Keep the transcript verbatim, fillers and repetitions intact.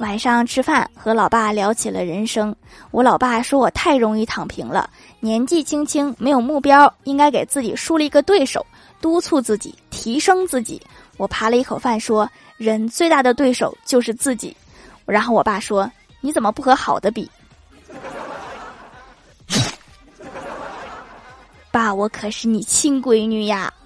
晚上吃饭和老爸聊起了人生，我老爸说我太容易躺平了，年纪轻轻没有目标，应该给自己树立一个对手，督促自己提升自己。我扒了一口饭说，人最大的对手就是自己。然后我爸说，你怎么不和好的比？爸，我可是你亲闺女呀。